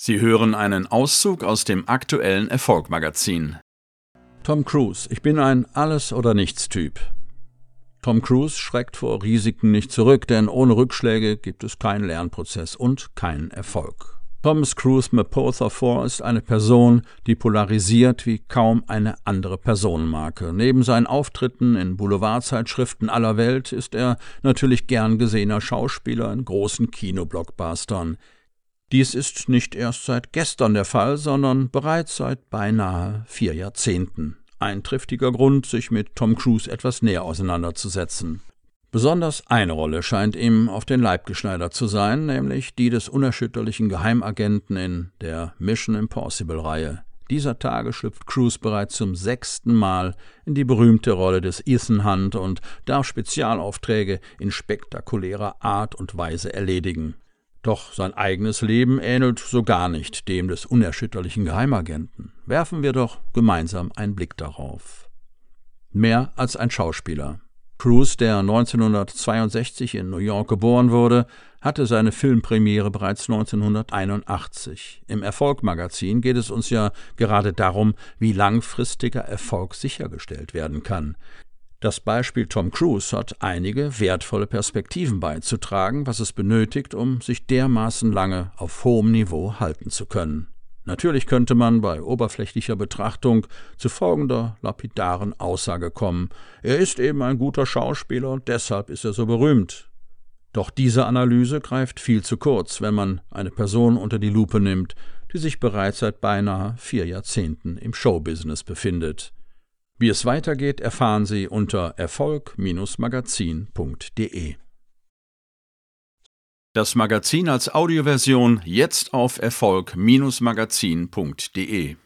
Sie hören einen Auszug aus dem aktuellen Erfolg-Magazin. Tom Cruise: Ich bin ein Alles-oder-nichts-Typ. Tom Cruise schreckt vor Risiken nicht zurück, denn ohne Rückschläge gibt es keinen Lernprozess und keinen Erfolg. Thomas Cruise Mapother IV ist eine Person, die polarisiert wie kaum eine andere Personenmarke. Neben seinen Auftritten in Boulevardzeitschriften aller Welt ist er natürlich gern gesehener Schauspieler in großen Kinoblockbustern. Dies ist nicht erst seit gestern der Fall, sondern bereits seit beinahe 4 Jahrzehnten. Ein triftiger Grund, sich mit Tom Cruise etwas näher auseinanderzusetzen. Besonders eine Rolle scheint ihm auf den Leib geschneidert zu sein, nämlich die des unerschütterlichen Geheimagenten in der Mission Impossible-Reihe. Dieser Tage schlüpft Cruise bereits zum 6. Mal in die berühmte Rolle des Ethan Hunt und darf Spezialaufträge in spektakulärer Art und Weise erledigen. Doch sein eigenes Leben ähnelt so gar nicht dem des unerschütterlichen Geheimagenten. Werfen wir doch gemeinsam einen Blick darauf. Mehr als ein Schauspieler. Cruise, der 1962 in New York geboren wurde, hatte seine Filmpremiere bereits 1981. Im Erfolg-Magazin geht es uns ja gerade darum, wie langfristiger Erfolg sichergestellt werden kann. Das Beispiel Tom Cruise hat einige wertvolle Perspektiven beizutragen, was es benötigt, um sich dermaßen lange auf hohem Niveau halten zu können. Natürlich könnte man bei oberflächlicher Betrachtung zu folgender lapidaren Aussage kommen: Er ist eben ein guter Schauspieler und deshalb ist er so berühmt. Doch diese Analyse greift viel zu kurz, wenn man eine Person unter die Lupe nimmt, die sich bereits seit beinahe 4 Jahrzehnten im Showbusiness befindet. Wie es weitergeht, erfahren Sie unter erfolg-magazin.de. Das Magazin als Audioversion jetzt auf erfolg-magazin.de.